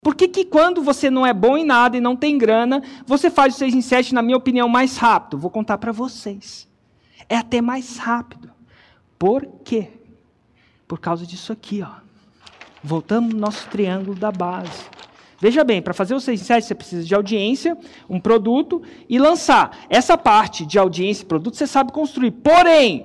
Por que quando você não é bom em nada e não tem grana, você faz o 6 em 7, na minha opinião, mais rápido? Vou contar para vocês. É até mais rápido. Por quê? Por causa disso aqui, ó. Voltamos no nosso triângulo da base. Veja bem, para fazer o 6 em 7, você precisa de audiência, um produto e lançar. Essa parte de audiência e produto você sabe construir. Porém,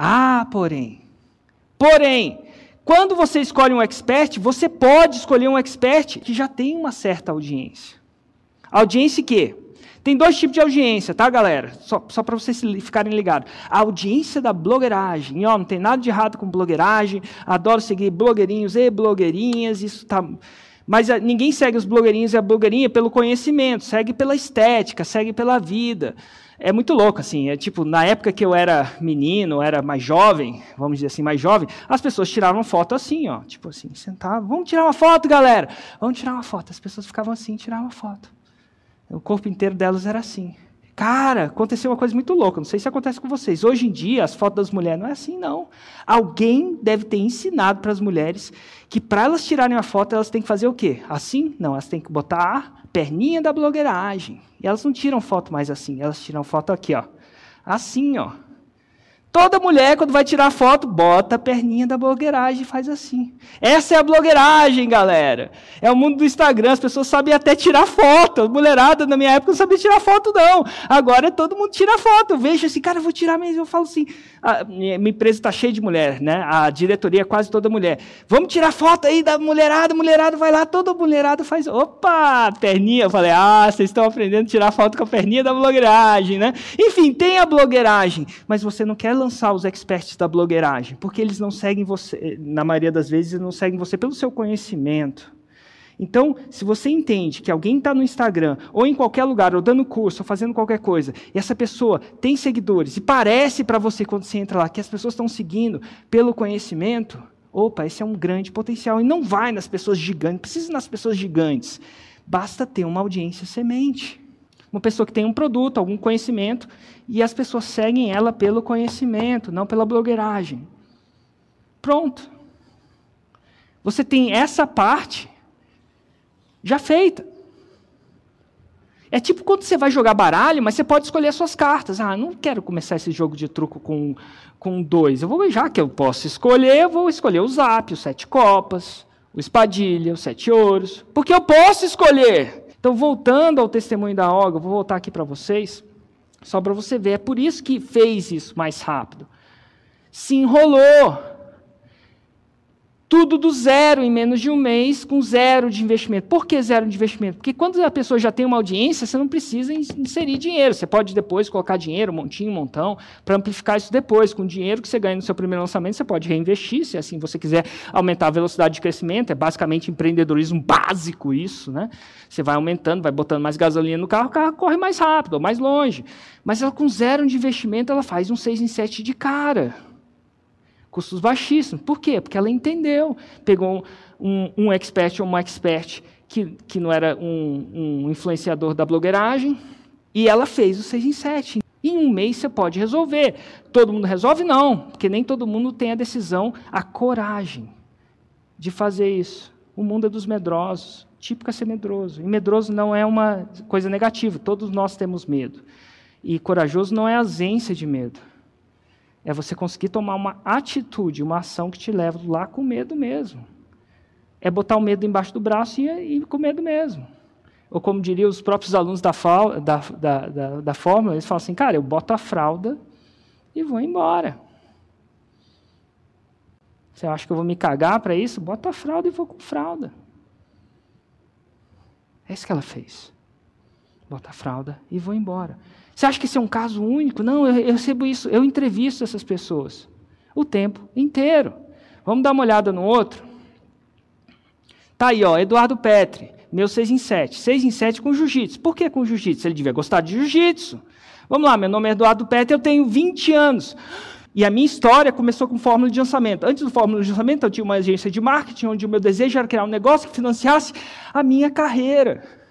quando você escolhe um expert, você pode escolher um expert que já tem uma certa audiência. Audiência que? Tem 2 tipos de audiência, tá, galera? Só para vocês ficarem ligados. A audiência da blogueiragem. E, ó, não tem nada de errado com blogueiragem. Adoro seguir blogueirinhos e blogueirinhas. Isso tá... Mas ninguém segue os blogueirinhos e a blogueirinha pelo conhecimento. Segue pela estética, segue pela vida. É muito louco, assim. É tipo, na época que eu era menino, era mais jovem, vamos dizer assim, mais jovem, as pessoas tiravam foto assim, ó. Tipo assim, sentavam. Vamos tirar uma foto, galera. Vamos tirar uma foto. As pessoas ficavam assim, tiravam uma foto. O corpo inteiro delas era assim. Cara, aconteceu uma coisa muito louca. Não sei se acontece com vocês. Hoje em dia, as fotos das mulheres não é assim, não. Alguém deve ter ensinado para as mulheres que para elas tirarem a foto, elas têm que fazer o quê? Assim? Não, elas têm que botar a perninha da blogueiragem. E elas não tiram foto mais assim. Elas tiram foto aqui, ó. Assim, ó. Toda mulher, quando vai tirar foto, bota a perninha da blogueiragem e faz assim. Essa é a blogueiragem, galera. É o mundo do Instagram, as pessoas sabem até tirar foto. A mulherada, na minha época, não sabia tirar foto, não. Agora, todo mundo tira foto. Eu vejo assim, cara, eu vou tirar mesmo. Eu falo assim, minha empresa está cheia de mulher, né? A diretoria é quase toda mulher. Vamos tirar foto aí da mulherada. A mulherada vai lá, toda mulherada faz, opa, perninha. Eu falei, vocês estão aprendendo a tirar foto com a perninha da blogueiragem, né? Enfim, tem a blogueiragem, mas você não quer lançar os experts da blogueiragem, porque eles não seguem você, na maioria das vezes, não seguem você pelo seu conhecimento. Então, se você entende que alguém está no Instagram, ou em qualquer lugar, ou dando curso, ou fazendo qualquer coisa, e essa pessoa tem seguidores, e parece para você, quando você entra lá, que as pessoas estão seguindo pelo conhecimento, opa, esse é um grande potencial. E não vai nas pessoas gigantes, não precisa ir nas pessoas gigantes. Basta ter uma audiência semente. Uma pessoa que tem um produto, algum conhecimento, e as pessoas seguem ela pelo conhecimento, não pela blogueiragem. Pronto. Você tem essa parte já feita. É tipo quando você vai jogar baralho, mas você pode escolher as suas cartas. Não quero começar esse jogo de truco com 2. Já que eu posso escolher, eu vou escolher o zap, os 7 copas, o espadilha, os 7 ouros. Porque eu posso escolher. Então, voltando ao testemunho da Olga, eu vou voltar aqui para vocês, só para você ver. É por isso que fez isso mais rápido. Se enrolou. Tudo do zero em menos de um mês, com 0 de investimento. Por que 0 de investimento? Porque quando a pessoa já tem uma audiência, você não precisa inserir dinheiro. Você pode depois colocar dinheiro, montinho, montão, para amplificar isso depois. Com o dinheiro que você ganha no seu primeiro lançamento, você pode reinvestir, se assim você quiser aumentar a velocidade de crescimento. É basicamente empreendedorismo básico isso, né? Você vai aumentando, vai botando mais gasolina no carro, o carro corre mais rápido, ou mais longe. Mas ela, com 0 de investimento, ela faz um 6 em 7 de cara. Custos baixíssimos. Por quê? Porque ela entendeu. Pegou um expert ou uma expert que não era um influenciador da blogueiragem e ela fez o 6 em 7. Em um mês você pode resolver. Todo mundo resolve? Não, porque nem todo mundo tem a decisão, a coragem de fazer isso. O mundo é dos medrosos. Típico é ser medroso. E medroso não é uma coisa negativa. Todos nós temos medo. E corajoso não é ausência de medo. É você conseguir tomar uma atitude, uma ação que te leva lá com medo mesmo. É botar o medo embaixo do braço e ir com medo mesmo. Ou como diriam os próprios alunos da fórmula, eles falam assim, cara, eu boto a fralda e vou embora. Você acha que eu vou me cagar para isso? Boto a fralda e vou com fralda. É isso que ela fez. Bota a fralda e vou embora. Você acha que esse é um caso único? Não, eu recebo isso, eu entrevisto essas pessoas o tempo inteiro. Vamos dar uma olhada no outro? Tá aí, ó, Eduardo Petri, meu 6 em 7. 6 em 7 com jiu-jitsu. Por que com jiu-jitsu? Ele devia gostar de jiu-jitsu. Vamos lá, meu nome é Eduardo Petri, eu tenho 20 anos. E a minha história começou com fórmula de lançamento. Antes do fórmula de lançamento, eu tinha uma agência de marketing, onde o meu desejo era criar um negócio que financiasse a minha carreira.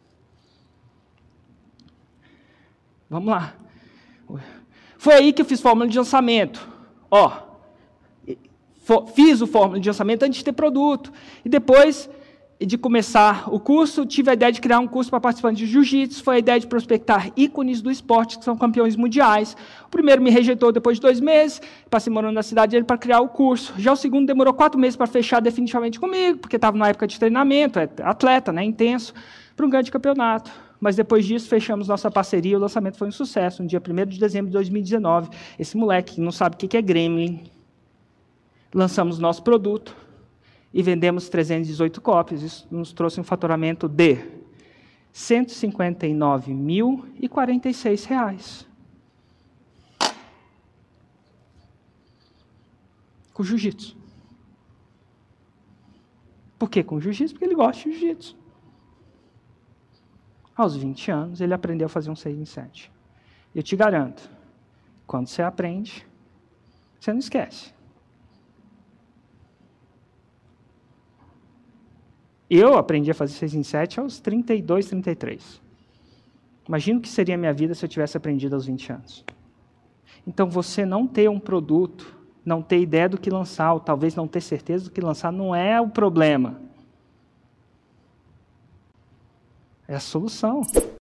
Vamos lá. Foi aí que eu fiz fórmula de lançamento. Fiz o fórmula de lançamento antes de ter produto. E depois de começar o curso, tive a ideia de criar um curso para participantes de jiu-jitsu, foi a ideia de prospectar ícones do esporte, que são campeões mundiais. O primeiro me rejeitou depois de 2 meses, passei morando na cidade dele para criar o curso. Já o segundo demorou 4 meses para fechar definitivamente comigo, porque estava na época de treinamento, é atleta, né, intenso, para um grande campeonato. Mas depois disso, fechamos nossa parceria, o lançamento foi um sucesso, no dia 1º de dezembro de 2019. Esse moleque que não sabe o que é Gremlin, lançamos nosso produto, e vendemos 318 cópias. Isso nos trouxe um faturamento de R$ 159.046. Com jiu-jitsu. Por que com jiu-jitsu? Porque ele gosta de jiu-jitsu. Aos 20 anos, ele aprendeu a fazer um 6 em 7. Eu te garanto, quando você aprende, você não esquece. Eu aprendi a fazer 6 em 7 aos 32, 33. Imagino que seria a minha vida se eu tivesse aprendido aos 20 anos. Então, você não ter um produto, não ter ideia do que lançar, ou talvez não ter certeza do que lançar, não é o problema. É a solução.